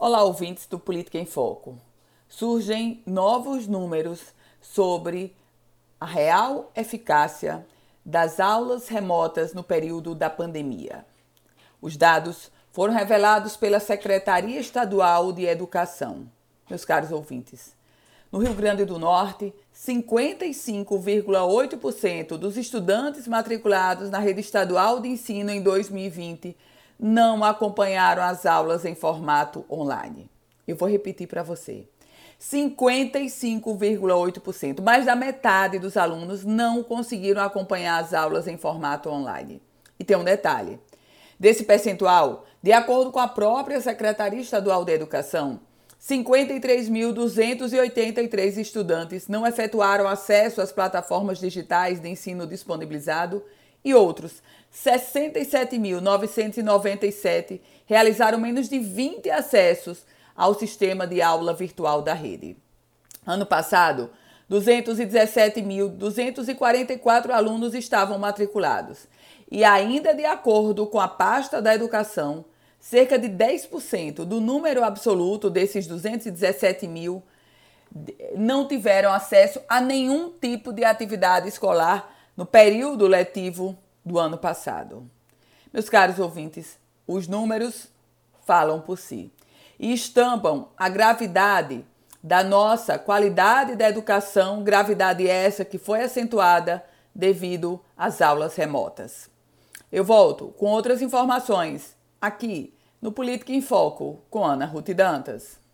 Olá, ouvintes do Política em Foco. Surgem novos números sobre a real eficácia das aulas remotas no período da pandemia. Os dados foram revelados pela Secretaria Estadual de Educação. Meus caros ouvintes, no Rio Grande do Norte, 55,8% dos estudantes matriculados na rede estadual de ensino em 2020 não acompanharam as aulas em formato online. Eu vou repetir para você. 55,8%, mais da metade dos alunos não conseguiram acompanhar as aulas em formato online. E tem um detalhe. Desse percentual, de acordo com a própria Secretaria Estadual de Educação, 53.283 estudantes não efetuaram acesso às plataformas digitais de ensino disponibilizado e outros 67.997 realizaram menos de 20 acessos ao sistema de aula virtual da rede. Ano passado, 217.244 alunos estavam matriculados e ainda de acordo com a pasta da educação, cerca de 10% do número absoluto desses 217 mil não tiveram acesso a nenhum tipo de atividade escolar no período letivo do ano passado. Meus caros ouvintes, os números falam por si e estampam a gravidade da nossa qualidade da educação, gravidade essa que foi acentuada devido às aulas remotas. Eu volto com outras informações aqui no Política em Foco com Ana Ruth Dantas.